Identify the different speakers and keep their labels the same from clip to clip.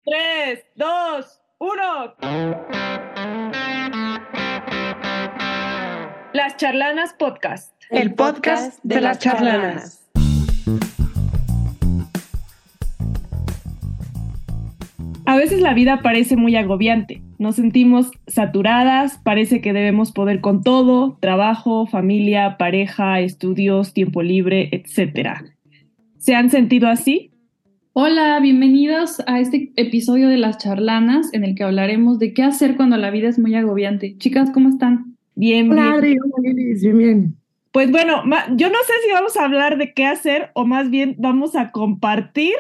Speaker 1: Tres, dos, uno. Las Charlanas Podcast.
Speaker 2: El podcast de las charlanas.
Speaker 1: A veces la vida parece muy agobiante. Nos sentimos saturadas, parece que debemos poder con todo, trabajo, familia, pareja, estudios, tiempo libre, etcétera. ¿Se han sentido así?
Speaker 2: Hola, bienvenidos a este episodio de Las Charlanas en el que hablaremos de qué hacer cuando la vida es muy agobiante. Chicas, ¿cómo están?
Speaker 1: Bien,
Speaker 3: Hola
Speaker 1: bien.
Speaker 3: Adri, hola Lilis, bien, bien.
Speaker 1: Pues bueno, yo no sé si vamos a hablar de qué hacer o más bien vamos a compartir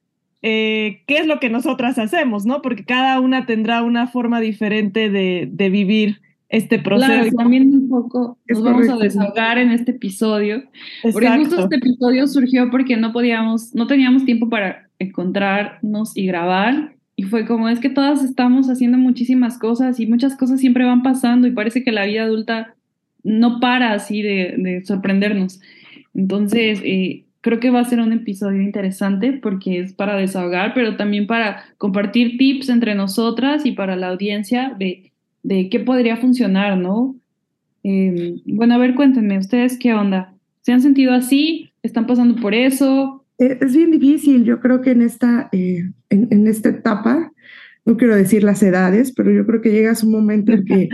Speaker 1: qué es lo que nosotras hacemos, ¿no? Porque cada una tendrá una forma diferente de vivir este
Speaker 2: Claro,
Speaker 1: proceso.
Speaker 2: y también un poco
Speaker 3: Es
Speaker 2: nos vamos a
Speaker 3: correcto.
Speaker 2: desahogar en este episodio, porque justo
Speaker 1: Exacto.
Speaker 2: este episodio surgió porque no teníamos tiempo para encontrarnos y grabar, y fue como es que todas estamos haciendo muchísimas cosas y muchas cosas siempre van pasando y parece que la vida adulta no para así de sorprendernos. Entonces, creo que va a ser un episodio interesante porque es para desahogar, pero también para compartir tips entre nosotras y para la audiencia de qué podría funcionar, ¿no? Bueno, a ver, cuéntenme, ¿ustedes qué onda? ¿Se han sentido así? ¿Están pasando por eso?
Speaker 3: Es bien difícil, yo creo que en esta etapa, no quiero decir las edades, pero yo creo que llegas un momento en que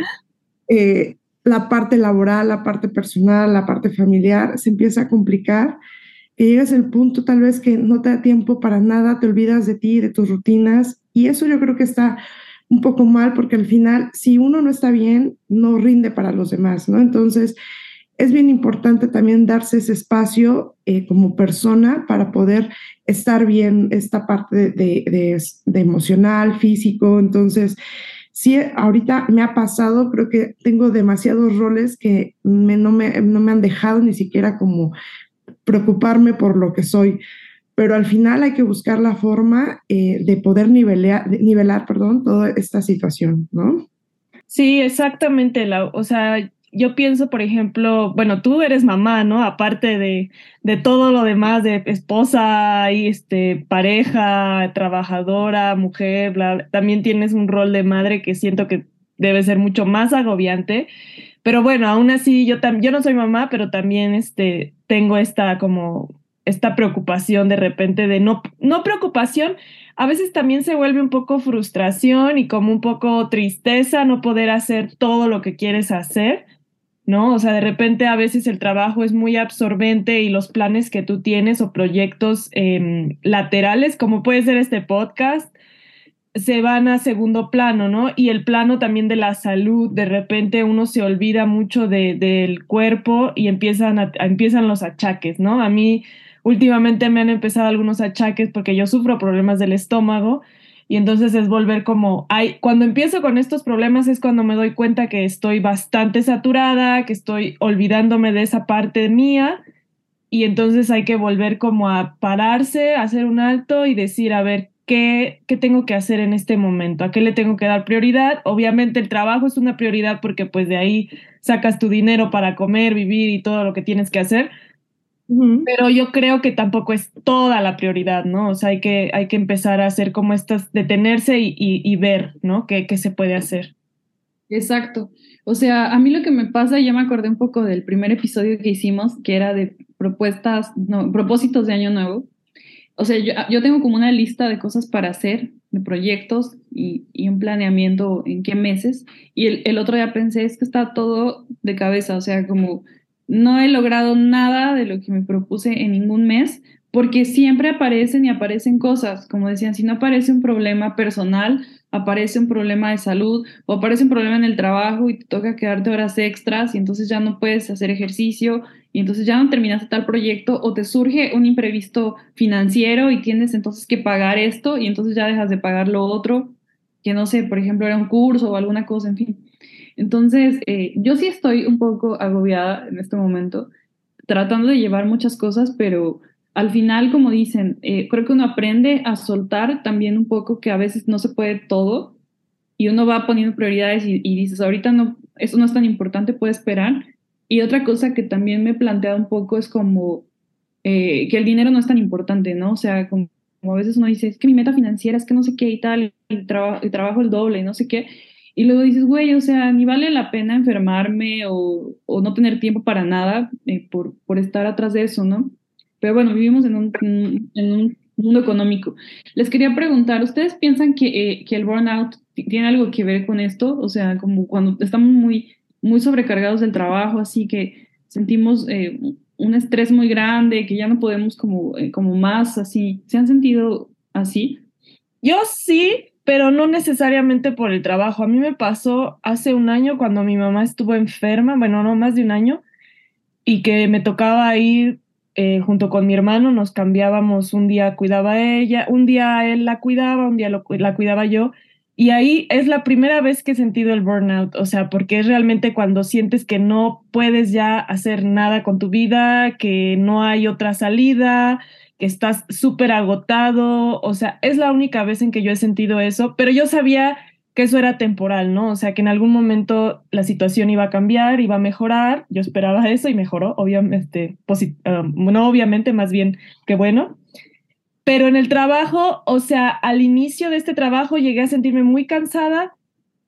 Speaker 3: la parte laboral, la parte personal, la parte familiar se empieza a complicar, que llegas al punto tal vez que no te da tiempo para nada, te olvidas de ti, de tus rutinas, y eso yo creo que está un poco mal porque al final, si uno no está bien, no rinde para los demás, ¿no? Entonces, es bien importante también darse ese espacio como persona para poder estar bien esta parte de emocional, físico. Entonces, sí, ahorita me ha pasado, creo que tengo demasiados roles que no me han dejado ni siquiera como preocuparme por lo que soy, pero al final hay que buscar la forma de poder nivelar, perdón, toda esta situación, ¿no?
Speaker 1: Sí, exactamente, Lau. O sea, yo pienso, por ejemplo, bueno, tú eres mamá, ¿no? Aparte de todo lo demás, de esposa y pareja, trabajadora, mujer, bla, bla, también tienes un rol de madre que siento que debe ser mucho más agobiante. Pero bueno, aún así, yo no soy mamá, pero también tengo esta preocupación de repente de no preocupación, a veces también se vuelve un poco frustración y como un poco tristeza no poder hacer todo lo que quieres hacer, ¿no? O sea, de repente a veces el trabajo es muy absorbente y los planes que tú tienes o proyectos laterales, como puede ser este podcast, se van a segundo plano, ¿no? Y el plano también de la salud, de repente uno se olvida mucho del cuerpo y empiezan los achaques, ¿no? A mí últimamente me han empezado algunos achaques porque yo sufro problemas del estómago y entonces es volver como, cuando empiezo con estos problemas es cuando me doy cuenta que estoy bastante saturada, que estoy olvidándome de esa parte mía y entonces hay que volver como a pararse, hacer un alto y decir, a ver, ¿qué tengo que hacer en este momento? ¿A qué le tengo que dar prioridad? Obviamente el trabajo es una prioridad porque pues de ahí sacas tu dinero para comer, vivir y todo lo que tienes que hacer,
Speaker 3: Ujú.
Speaker 1: pero yo creo que tampoco es toda la prioridad, ¿no? O sea, hay que empezar a hacer como estas, detenerse y ver, ¿no? ¿Qué se puede hacer?
Speaker 2: Exacto. O sea, a mí lo que me pasa, ya me acordé un poco del primer episodio que hicimos, que era de propuestas, no, propósitos de año nuevo. O sea, yo tengo como una lista de cosas para hacer, de proyectos y un planeamiento en qué meses. Y el otro día pensé, es que está todo de cabeza, o sea, como no he logrado nada de lo que me propuse en ningún mes, porque siempre aparecen y aparecen cosas, como decían, si no aparece un problema personal, aparece un problema de salud o aparece un problema en el trabajo y te toca quedarte horas extras y entonces ya no puedes hacer ejercicio y entonces ya no terminaste tal proyecto o te surge un imprevisto financiero y tienes entonces que pagar esto y entonces ya dejas de pagar lo otro, que no sé, por ejemplo, era un curso o alguna cosa, en fin. Entonces, yo sí estoy un poco agobiada en este momento, tratando de llevar muchas cosas, pero al final, como dicen, creo que uno aprende a soltar también un poco que a veces no se puede todo y uno va poniendo prioridades y dices, ahorita no, eso no es tan importante, puede esperar. Y otra cosa que también me he planteado un poco es como que el dinero no es tan importante, ¿no? O sea, como a veces uno dice, es que mi meta financiera es que no sé qué y tal, y trabajo el doble y no sé qué, y luego dices, güey, o sea, ni vale la pena enfermarme o no tener tiempo para nada por estar atrás de eso, ¿no? Pero bueno, vivimos en un mundo económico. Les quería preguntar, ¿ustedes piensan que el burnout tiene algo que ver con esto? O sea, como cuando estamos muy sobrecargados del trabajo, así que sentimos un estrés muy grande, que ya no podemos como más así. ¿Se han sentido así?
Speaker 1: Yo sí, pero no necesariamente por el trabajo. A mí me pasó hace un año cuando mi mamá estuvo enferma, bueno, no más de un año, y que me tocaba ir junto con mi hermano, nos cambiábamos, un día cuidaba ella, un día él la cuidaba, un día la cuidaba yo, y ahí es la primera vez que he sentido el burnout, o sea, porque es realmente cuando sientes que no puedes ya hacer nada con tu vida, que no hay otra salida, que estás súper agotado, o sea, es la única vez en que yo he sentido eso, pero yo sabía que eso era temporal, ¿no? O sea, que en algún momento la situación iba a cambiar, iba a mejorar. Yo esperaba eso y mejoró, obviamente, no obviamente, más bien que bueno. Pero en el trabajo, o sea, al inicio de este trabajo llegué a sentirme muy cansada,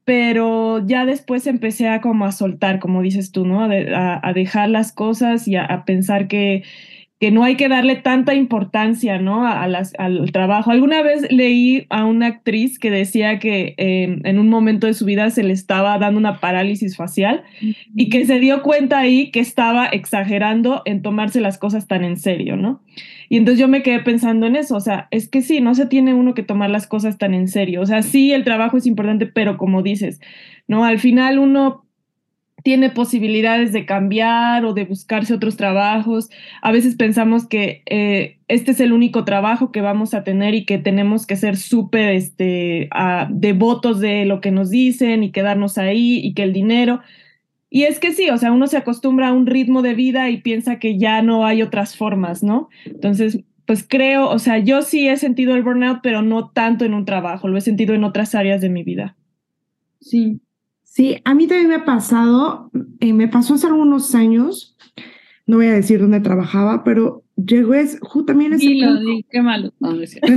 Speaker 1: pero ya después empecé a como a soltar, como dices tú, ¿no? A dejar las cosas y a pensar que no hay que darle tanta importancia, ¿no? Al trabajo. Alguna vez leí a una actriz que decía que en un momento de su vida se le estaba dando una parálisis facial y que se dio cuenta ahí que estaba exagerando en tomarse las cosas tan en serio, ¿no? Y entonces yo me quedé pensando en eso, o sea, es que sí, no se tiene uno que tomar las cosas tan en serio, o sea, sí, el trabajo es importante, pero como dices, ¿no? Al final uno tiene posibilidades de cambiar o de buscarse otros trabajos. A veces pensamos que este es el único trabajo que vamos a tener y que tenemos que ser súper devotos de lo que nos dicen y quedarnos ahí y que el dinero. Y es que sí, o sea, uno se acostumbra a un ritmo de vida y piensa que ya no hay otras formas, ¿no? Entonces, pues creo, o sea, yo sí he sentido el burnout, pero no tanto en un trabajo, lo he sentido en otras áreas de mi vida.
Speaker 2: Sí.
Speaker 3: Sí, a mí también me ha pasado, me pasó hace algunos años, no voy a decir dónde trabajaba, pero llegó también ese
Speaker 2: Dilo,
Speaker 3: punto.
Speaker 2: qué malo. No, no es cierto.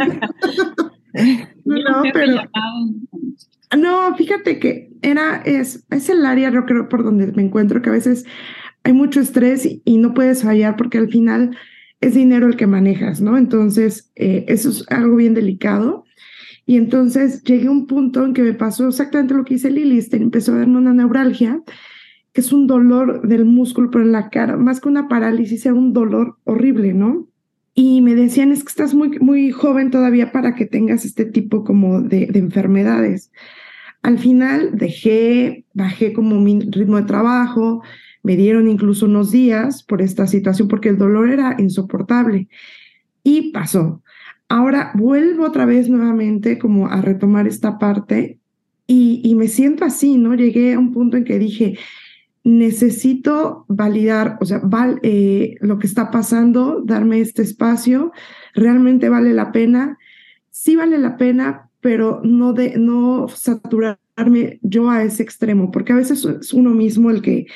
Speaker 3: No, pero no, fíjate que es el área, yo creo, por donde me encuentro, que a veces hay mucho estrés y no puedes fallar porque al final es dinero el que manejas, ¿no? Entonces, eso es algo bien delicado. Y entonces llegué a un punto en que me pasó exactamente lo que hice Lili, empezó a darme una neuralgia, que es un dolor del músculo, pero en la cara, más que una parálisis, era un dolor horrible, ¿no? Y me decían, es que estás muy joven todavía para que tengas este tipo como de enfermedades. Al final bajé como mi ritmo de trabajo, me dieron incluso unos días por esta situación porque el dolor era insoportable y pasó. Ahora vuelvo otra vez nuevamente como a retomar esta parte y me siento así, ¿no? Llegué a un punto en que dije, necesito validar, o sea, lo que está pasando, darme este espacio, realmente vale la pena, sí vale la pena, pero no saturarme yo a ese extremo, porque a veces es uno mismo el que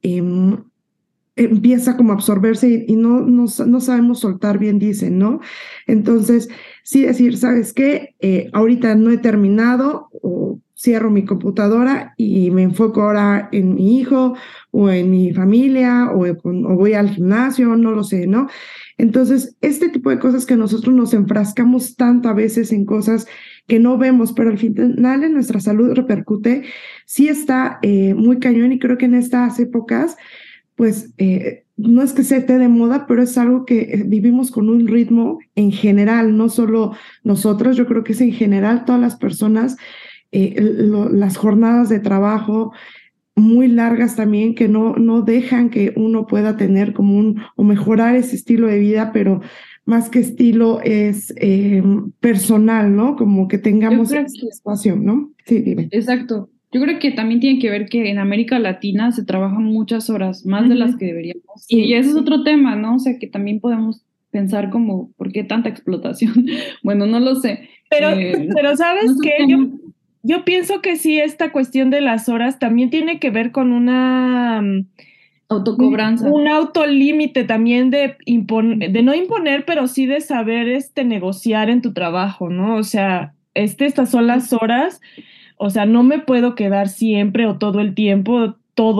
Speaker 3: empieza como a absorberse y no sabemos soltar bien, dicen, ¿no? Entonces, sí decir, ¿sabes qué? Ahorita no he terminado o cierro mi computadora y me enfoco ahora en mi hijo o en mi familia o voy al gimnasio, no lo sé, ¿no? Entonces, este tipo de cosas que nosotros nos enfrascamos tanto a veces en cosas que no vemos, pero al final en nuestra salud repercute, sí está muy cañón y creo que en estas épocas pues no es que se esté de moda, pero es algo que vivimos con un ritmo en general, no solo nosotros, yo creo que es en general todas las personas, las jornadas de trabajo muy largas también que no dejan que uno pueda tener como o mejorar ese estilo de vida, pero más que estilo es personal, ¿no? Como que tengamos ese espacio, ¿no? Sí, dime.
Speaker 2: Exacto. Yo creo que también tiene que ver que en América Latina se trabajan muchas horas, más de las que deberíamos.
Speaker 3: Sí.
Speaker 2: Y ese es otro tema, ¿no? O sea, que también podemos pensar como, ¿por qué tanta explotación? Bueno, no lo sé.
Speaker 1: Pero ¿sabes
Speaker 2: no sé
Speaker 1: qué?
Speaker 2: cómo-
Speaker 1: Yo pienso que sí, esta cuestión de las horas también tiene que ver con una
Speaker 2: Autocobranza.
Speaker 1: Un autolímite también de no imponer, pero sí de saber negociar en tu trabajo, ¿no? O sea, estas son las horas, o sea, no me puedo quedar siempre o todo el tiempo,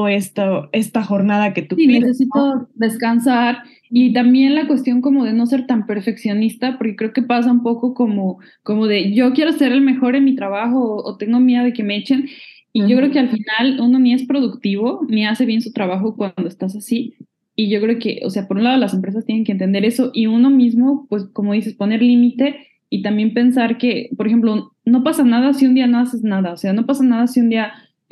Speaker 1: esta jornada que tú
Speaker 2: Sí,
Speaker 1: pides, ¿no?
Speaker 2: necesito descansar y también la cuestión como de no ser tan perfeccionista, porque creo que pasa un poco como de yo quiero ser el mejor en mi trabajo o tengo miedo de que me echen y yo creo que al final uno ni es productivo ni hace bien su trabajo cuando estás así y yo creo que, o sea, por un lado las empresas tienen que entender eso y uno mismo, pues como dices, poner límite y también pensar que, por ejemplo, no pasa nada si un día no haces nada, o sea, no pasa nada si un día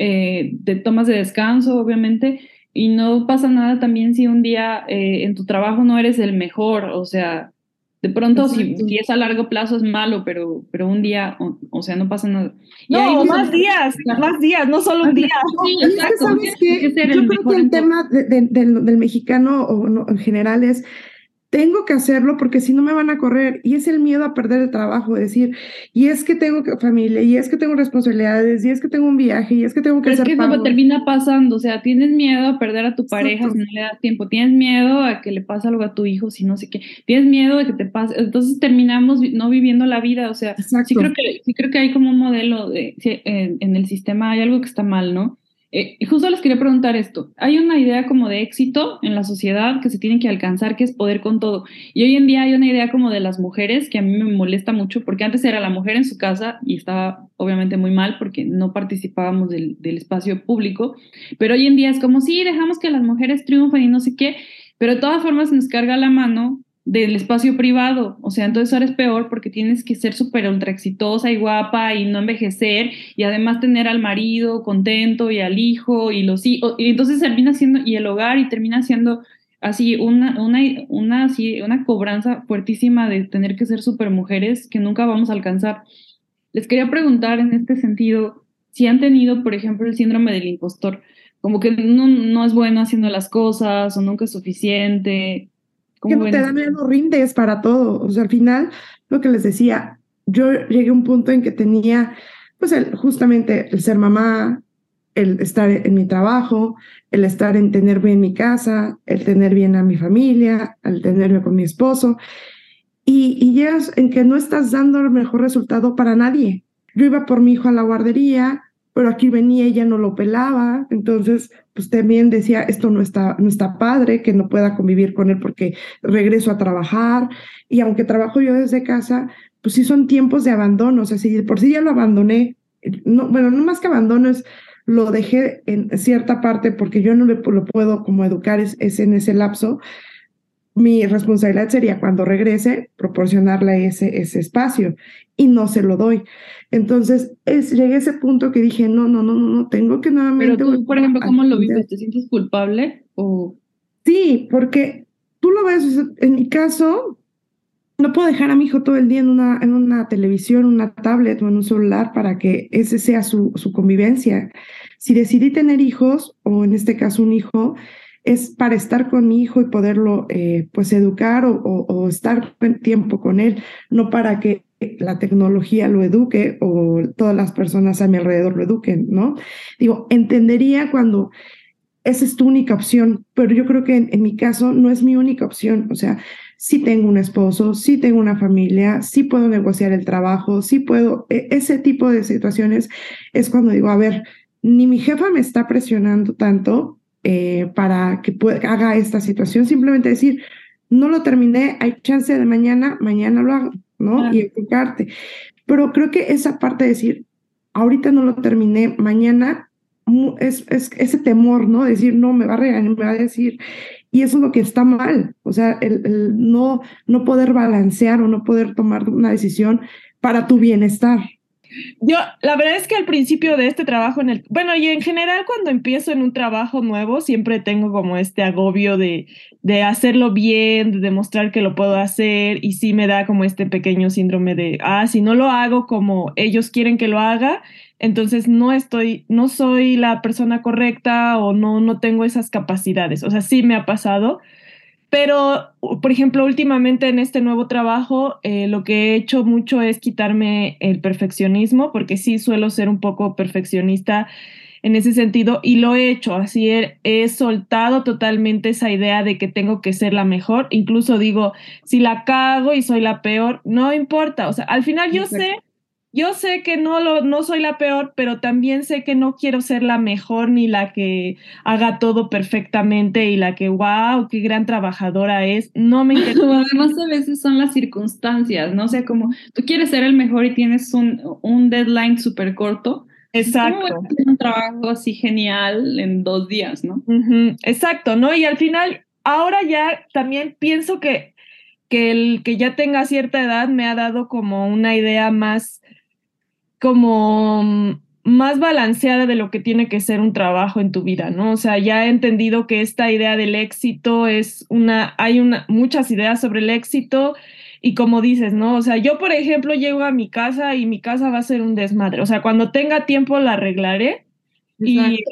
Speaker 2: te tomas de descanso, obviamente y no pasa nada también si un día en tu trabajo no eres el mejor, o sea, de pronto
Speaker 3: Exacto.
Speaker 2: si es a largo plazo es malo, pero un día, o sea, no pasa nada. Y ahí
Speaker 1: No,
Speaker 2: justo
Speaker 1: más días, no solo un día.
Speaker 2: sí,
Speaker 3: Y es que,
Speaker 2: exacto, no
Speaker 3: ¿sabes
Speaker 2: tienes por qué
Speaker 3: qué?
Speaker 2: ser
Speaker 3: Yo
Speaker 2: el
Speaker 3: creo que
Speaker 2: mejor
Speaker 3: el
Speaker 2: en todo.
Speaker 3: tema del mexicano o en general es tengo que hacerlo porque si no me van a correr y es el miedo a perder el trabajo, decir, y es que tengo familia, y es que tengo responsabilidades, y es que tengo un viaje, y es que tengo que
Speaker 2: Pero es que
Speaker 3: hacer
Speaker 2: eso
Speaker 3: pagos.
Speaker 2: termina pasando, o sea, tienes miedo a perder a tu pareja
Speaker 3: Exacto,
Speaker 2: si no le das tiempo, tienes miedo a que le pase algo a tu hijo si no sé qué, tienes miedo de que te pase, entonces terminamos no viviendo la vida, o sea,
Speaker 3: exacto.
Speaker 2: sí creo que hay como un modelo de, sí, en el sistema hay algo que está mal, ¿no? Y justo les quería preguntar esto, hay una idea como de éxito en la sociedad que se tiene que alcanzar, que es poder con todo, y hoy en día hay una idea como de las mujeres que a mí me molesta mucho, porque antes era la mujer en su casa y estaba obviamente muy mal porque no participábamos del espacio público, pero hoy en día es como, sí, dejamos que las mujeres triunfen y no sé qué, pero de todas formas se nos carga la mano del espacio privado, o sea, entonces ahora es peor porque tienes que ser súper ultra exitosa y guapa y no envejecer y además tener al marido contento y al hijo y los hijos, y entonces termina siendo, y el hogar y termina siendo así una cobranza fuertísima de tener que ser super mujeres que nunca vamos a alcanzar. Les quería preguntar en este sentido si han tenido, por ejemplo, el síndrome del impostor, como que no es bueno haciendo las cosas o nunca es suficiente.
Speaker 3: Que
Speaker 2: ¿Cómo
Speaker 3: no
Speaker 2: ven
Speaker 3: te
Speaker 2: eso?
Speaker 3: dan, ya no rindes para todo. O sea, al final, lo que les decía, yo llegué a un punto en que tenía, pues, justamente el ser mamá, el estar en mi trabajo, el estar en tener bien mi casa, el tener bien a mi familia, el tenerme con mi esposo, y llegas en que no estás dando el mejor resultado para nadie. Yo iba por mi hijo a la guardería, pero aquí venía y ella no lo pelaba, entonces pues también decía, esto no está padre, que no pueda convivir con él porque regreso a trabajar, y aunque trabajo yo desde casa, pues sí son tiempos de abandono, o sea, si de por sí ya lo abandoné, no, bueno, no más que abandono es, lo dejé en cierta parte porque yo no lo puedo como educar es en ese lapso, mi responsabilidad sería cuando regrese proporcionarle ese espacio y no se lo doy. Entonces llegué a ese punto que dije, no, tengo que
Speaker 2: Pero
Speaker 3: nuevamente
Speaker 2: tú,
Speaker 3: volver
Speaker 2: por ejemplo,
Speaker 3: a
Speaker 2: ¿cómo lo
Speaker 3: aprender.
Speaker 2: vives? ¿Te sientes culpable? O
Speaker 3: Sí, porque tú lo ves, o sea, en mi caso, no puedo dejar a mi hijo todo el día en una televisión, una tablet o en un celular para que ese sea su convivencia. Si decidí tener hijos, o en este caso un hijo, es para estar con mi hijo y poderlo pues educar o estar en tiempo con él, no para que la tecnología lo eduque o todas las personas a mi alrededor lo eduquen, ¿no? Digo, entendería cuando esa es tu única opción, pero yo creo que en mi caso no es mi única opción, o sea, sí tengo un esposo, sí tengo una familia, sí puedo negociar el trabajo, sí puedo, ese tipo de situaciones es cuando digo, a ver, ni mi jefa me está presionando tanto para que haga esta situación, simplemente decir, no lo terminé, hay chance de mañana lo hago, ¿no? Y
Speaker 2: claro.
Speaker 3: enfocarte. Pero creo que esa parte de decir, ahorita no lo terminé, mañana es ese temor, ¿no? Decir, no, me va a regañar, me va a decir, y eso es lo que está mal, o sea, el no poder balancear o no poder tomar una decisión para tu bienestar.
Speaker 1: Yo, la verdad es que al principio de este trabajo bueno, y en general cuando empiezo en un trabajo nuevo, siempre tengo como este agobio de hacerlo bien, de demostrar que lo puedo hacer, y sí me da como este pequeño síndrome de, si no lo hago como ellos quieren que lo haga, entonces no soy la persona correcta o no tengo esas capacidades. O sea, sí me ha pasado. Pero, por ejemplo, últimamente en este nuevo trabajo, lo que he hecho mucho es quitarme el perfeccionismo, porque sí suelo ser un poco perfeccionista en ese sentido y lo he hecho, así he soltado totalmente esa idea de que tengo que ser la mejor, incluso digo, si la cago y soy la peor, no importa, o sea, al final
Speaker 2: Exacto.
Speaker 1: yo sé que no soy la peor, pero también sé que no quiero ser la mejor ni la que haga todo perfectamente y la que, wow, qué gran trabajadora es. No me interesa.
Speaker 2: Además, a veces son las circunstancias, ¿no? O sea, como tú quieres ser el mejor y tienes un deadline súper corto, dices, ¿cómo voy a
Speaker 1: Exacto.
Speaker 2: hacer un trabajo así genial en 2 días, ¿no?
Speaker 1: Ujú, exacto, ¿no? Y al final, ahora ya también pienso que el que ya tenga cierta edad me ha dado como una idea más como más balanceada de lo que tiene que ser un trabajo en tu vida, ¿no? O sea, ya he entendido que esta idea del éxito muchas ideas sobre el éxito y como dices, ¿no? O sea, yo, por ejemplo, llego a mi casa y mi casa va a ser un desmadre. O sea, cuando tenga tiempo la arreglaré.
Speaker 2: Exacto.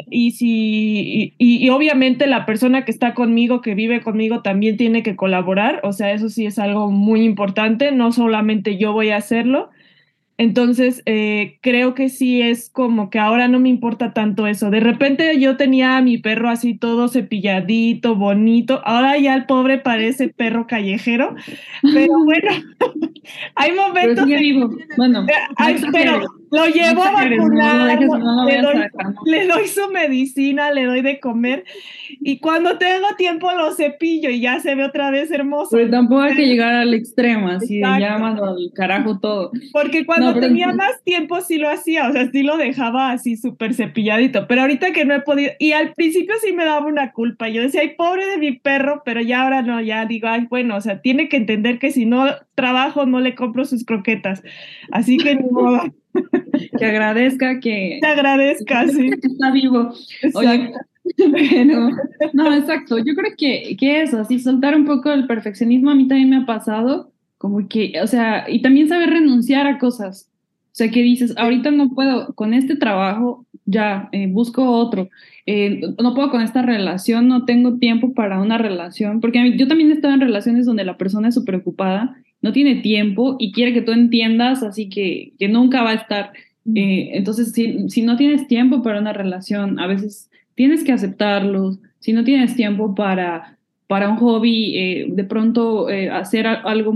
Speaker 1: Y obviamente la persona que está conmigo, que vive conmigo, también tiene que colaborar. O sea, eso sí es algo muy importante. No solamente yo voy a hacerlo. Entonces, creo que sí es como que ahora no me importa tanto eso. De repente yo tenía a mi perro así todo cepilladito, bonito. Ahora ya el pobre parece perro callejero. Pero bueno, hay
Speaker 2: Pero
Speaker 1: momentos
Speaker 2: sigue vivo. Bueno, no
Speaker 1: pero
Speaker 2: exageres,
Speaker 1: lo
Speaker 2: no
Speaker 1: llevo a
Speaker 2: exageres, no lo
Speaker 1: vacunar,
Speaker 2: dejes, no lo vayas a dejar
Speaker 1: le
Speaker 2: morir.
Speaker 1: doy su medicina, le doy de comer. Y cuando tengo tiempo lo cepillo y ya se ve otra vez hermoso.
Speaker 2: Pero tampoco hay que llegar al extremo, así de ya
Speaker 1: Exacto.
Speaker 2: mando al carajo todo.
Speaker 1: Porque
Speaker 2: No,
Speaker 1: cuando
Speaker 2: pero
Speaker 1: tenía más tiempo sí lo hacía, o sea, sí lo dejaba así súper cepilladito, pero ahorita que no he podido, y al principio sí me daba una culpa, yo decía, ay, pobre de mi perro, pero ya ahora no, ya digo, ay, bueno, o sea, tiene que entender que si no trabajo no le compro sus croquetas, así que ni modo,
Speaker 2: que agradezca
Speaker 1: te agradezca, sí,
Speaker 2: que está vivo. Oye,
Speaker 1: exacto.
Speaker 2: pero no, exacto. Yo creo que eso, así soltar un poco el perfeccionismo a mí también me ha pasado, como que, o sea, y también saber renunciar a cosas. O sea, que dices, ahorita no puedo con este trabajo, ya, busco otro. No puedo con esta relación, no tengo tiempo para una relación, porque yo también he estado en relaciones donde la persona es súper ocupada, no tiene tiempo y quiere que tú entiendas, así que nunca va a estar. Entonces, si no tienes tiempo para una relación, a veces tienes que aceptarlos. Si no tienes tiempo para un hobby, de pronto hacer algo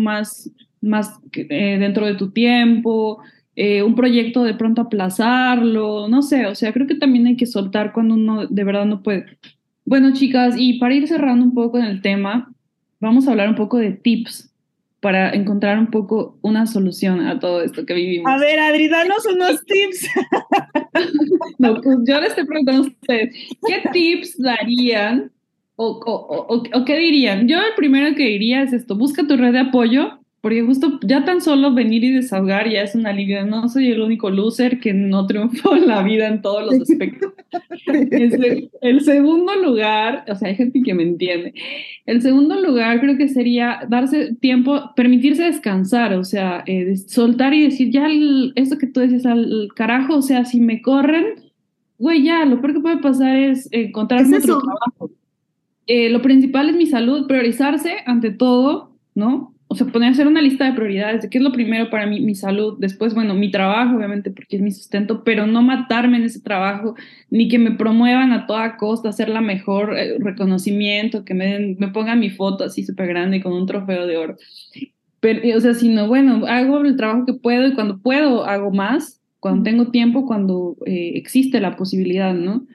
Speaker 2: más dentro de tu tiempo, un proyecto de pronto aplazarlo, no sé, o sea, creo que también hay que soltar cuando uno de verdad no puede. Bueno, chicas, y para ir cerrando un poco en el tema, vamos a hablar un poco de tips para encontrar un poco una solución a todo esto que
Speaker 1: A
Speaker 2: vivimos.
Speaker 1: ver, Adri, danos unos tips.
Speaker 2: No, pues yo les estoy preguntando a ustedes, ¿qué tips darían o qué dirían? Yo el primero que diría es esto, busca tu red de apoyo, porque justo ya tan solo venir y desahogar ya es un alivio. No soy el único loser que no triunfó en la vida en todos los aspectos. El segundo lugar, o sea, hay gente que me entiende. El segundo lugar creo que sería darse tiempo, permitirse descansar, o sea, soltar y decir, ya eso que tú decías al carajo, o sea, si me corren, güey, ya, lo peor que puede pasar es
Speaker 3: Es
Speaker 2: encontrarme otro
Speaker 3: eso.
Speaker 2: trabajo. Lo principal es mi salud, priorizarse ante todo, ¿no? O sea, poner a hacer una lista de prioridades de qué es lo primero para mí, mi salud, después, bueno, mi trabajo, obviamente, porque es mi sustento, pero no matarme en ese trabajo, ni que me promuevan a toda costa, hacer la mejor reconocimiento, que me pongan mi foto así súper grande con un trofeo de oro. Pero, o sea, sino, bueno, hago el trabajo que puedo y cuando puedo hago más, cuando tengo tiempo, cuando existe la posibilidad, ¿no?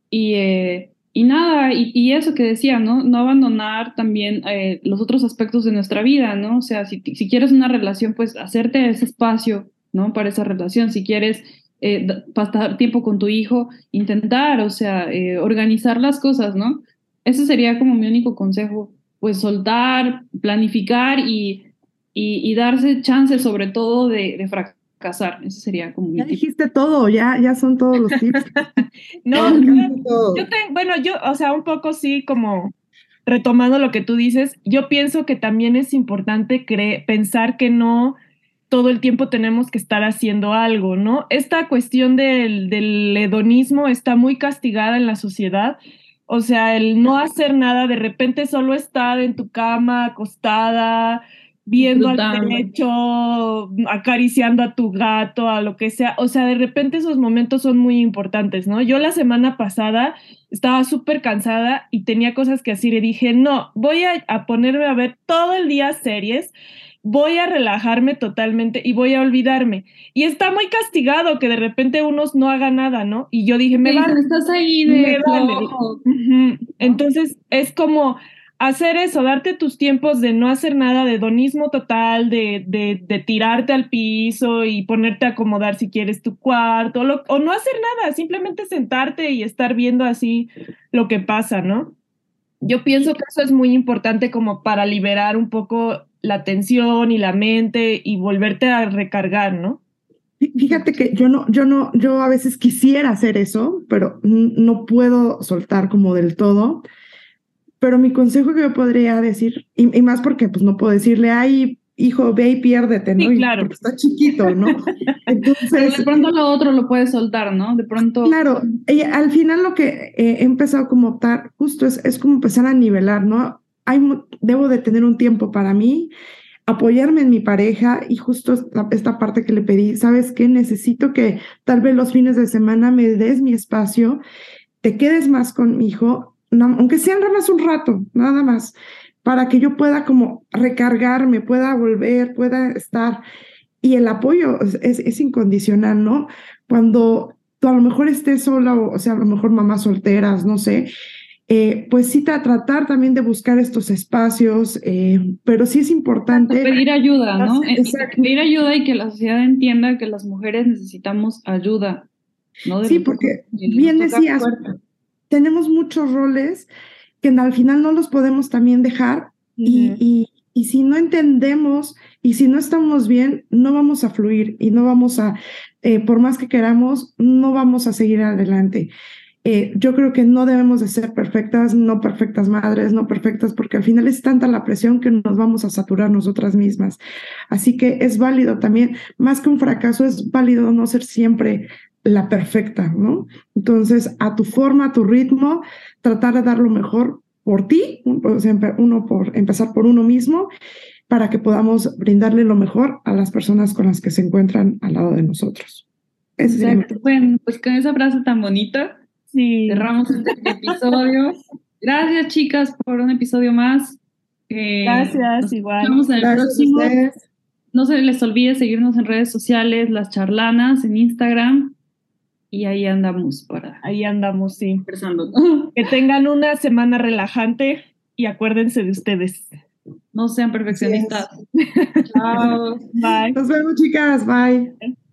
Speaker 2: Y nada, y eso que decía, ¿no? No abandonar también los otros aspectos de nuestra vida, ¿no? O sea, si quieres una relación, pues hacerte ese espacio, ¿no? Para esa relación. Si quieres pasar tiempo con tu hijo, intentar, o sea, organizar las cosas, ¿no? Ese sería como mi único consejo, pues soltar, planificar y darse chance sobre todo de fracasar. Ese sería como mi
Speaker 3: Ya
Speaker 2: tip.
Speaker 3: dijiste todo, ya son todos los tips.
Speaker 1: No,
Speaker 3: Abarcaste todo.
Speaker 1: bueno, yo, o sea, un poco sí, como retomando lo que tú dices, yo pienso que también es importante pensar que no todo el tiempo tenemos que estar haciendo algo, ¿no? Esta cuestión del hedonismo está muy castigada en la sociedad. O sea, el no hacer nada, de repente solo estar en tu cama, acostada, viendo al
Speaker 2: Disfrutando.
Speaker 1: techo, acariciando a tu gato, a lo que sea. O sea, de repente esos momentos son muy importantes, ¿no? Yo la semana pasada estaba súper cansada y tenía cosas que hacer y dije, no, voy a ponerme a ver todo el día series, voy a relajarme totalmente y voy a olvidarme. Y está muy castigado que de repente unos no haga nada, ¿no? Y yo dije,
Speaker 2: Te
Speaker 1: me vale,
Speaker 2: dicen, estás ahí
Speaker 1: me
Speaker 2: de
Speaker 1: vale.
Speaker 2: flojo,
Speaker 1: Ujú.
Speaker 2: ¿no?
Speaker 1: Entonces es como hacer eso, darte tus tiempos de no hacer nada, de hedonismo total, de tirarte al piso y ponerte a acomodar si quieres tu cuarto, o no hacer nada, simplemente sentarte y estar viendo así lo que pasa, ¿no? Yo pienso que eso es muy importante como para liberar un poco la tensión y la mente y volverte a recargar, ¿no?
Speaker 3: Fíjate que yo a veces quisiera hacer eso, pero no puedo soltar como del todo. Pero mi consejo que yo podría decir, y más porque pues no puedo decirle, ay, hijo, ve y piérdete, ¿no?
Speaker 1: Sí, claro.
Speaker 3: Porque está chiquito, ¿no?
Speaker 2: Pero de
Speaker 3: Entonces,
Speaker 2: pronto lo otro lo puedes soltar, ¿no? De pronto,
Speaker 3: claro, y al final lo que he empezado como a optar justo es como empezar a nivelar, ¿no? Debo de tener un tiempo para mí, apoyarme en mi pareja y justo esta parte que le pedí, ¿sabes qué? Necesito que tal vez los fines de semana me des mi espacio, te quedes más con mi hijo, aunque sea nada más un rato, nada más, para que yo pueda como recargarme, pueda volver, pueda estar. Y el apoyo es incondicional, ¿no? Cuando tú a lo mejor estés sola, o sea, a lo mejor mamás solteras, no sé, pues sí, tratar también de buscar estos espacios, pero sí es
Speaker 2: exacto,
Speaker 3: importante.
Speaker 2: pedir ayuda, ¿no?
Speaker 3: Exacto.
Speaker 2: Pedir ayuda y que la sociedad entienda que las mujeres necesitamos ayuda, ¿no? De
Speaker 3: Sí,
Speaker 2: los hombres,
Speaker 3: porque
Speaker 2: y nos
Speaker 3: bien
Speaker 2: toca
Speaker 3: decías,
Speaker 2: fuerte.
Speaker 3: tenemos muchos roles que al final no los podemos también dejar y,
Speaker 1: Ujú.
Speaker 3: y si no entendemos y si no estamos bien, no vamos a fluir y no vamos a, por más que queramos, no vamos a seguir adelante. Yo creo que no debemos de ser perfectas, no perfectas madres, no perfectas, porque al final es tanta la presión que nos vamos a saturar nosotras mismas. Así que es válido también, más que un fracaso, es válido no ser siempre la perfecta, ¿no? Entonces, a tu forma, a tu ritmo, tratar de dar lo mejor por ti, o sea, uno por empezar por uno mismo, para que podamos brindarle lo mejor a las personas con las que se encuentran al lado de nosotros. Ese sería mi...
Speaker 2: Exacto. Bueno, pues con esa frase tan bonita,
Speaker 1: Sí,
Speaker 2: cerramos este episodio. Gracias, chicas, por un episodio más.
Speaker 1: gracias,
Speaker 2: Nos
Speaker 1: igual.
Speaker 2: escuchamos en el
Speaker 3: Gracias a
Speaker 2: próximo.
Speaker 3: ustedes.
Speaker 2: No se les olvide seguirnos en redes sociales, Las Charlanas, en Instagram, y ahí andamos para
Speaker 1: Ahí andamos, sí.
Speaker 2: conversando.
Speaker 1: Que tengan una semana relajante y acuérdense de ustedes.
Speaker 2: No sean
Speaker 3: Así es.
Speaker 2: perfeccionistas. Chao.
Speaker 1: Bye.
Speaker 3: Nos vemos, chicas. Bye.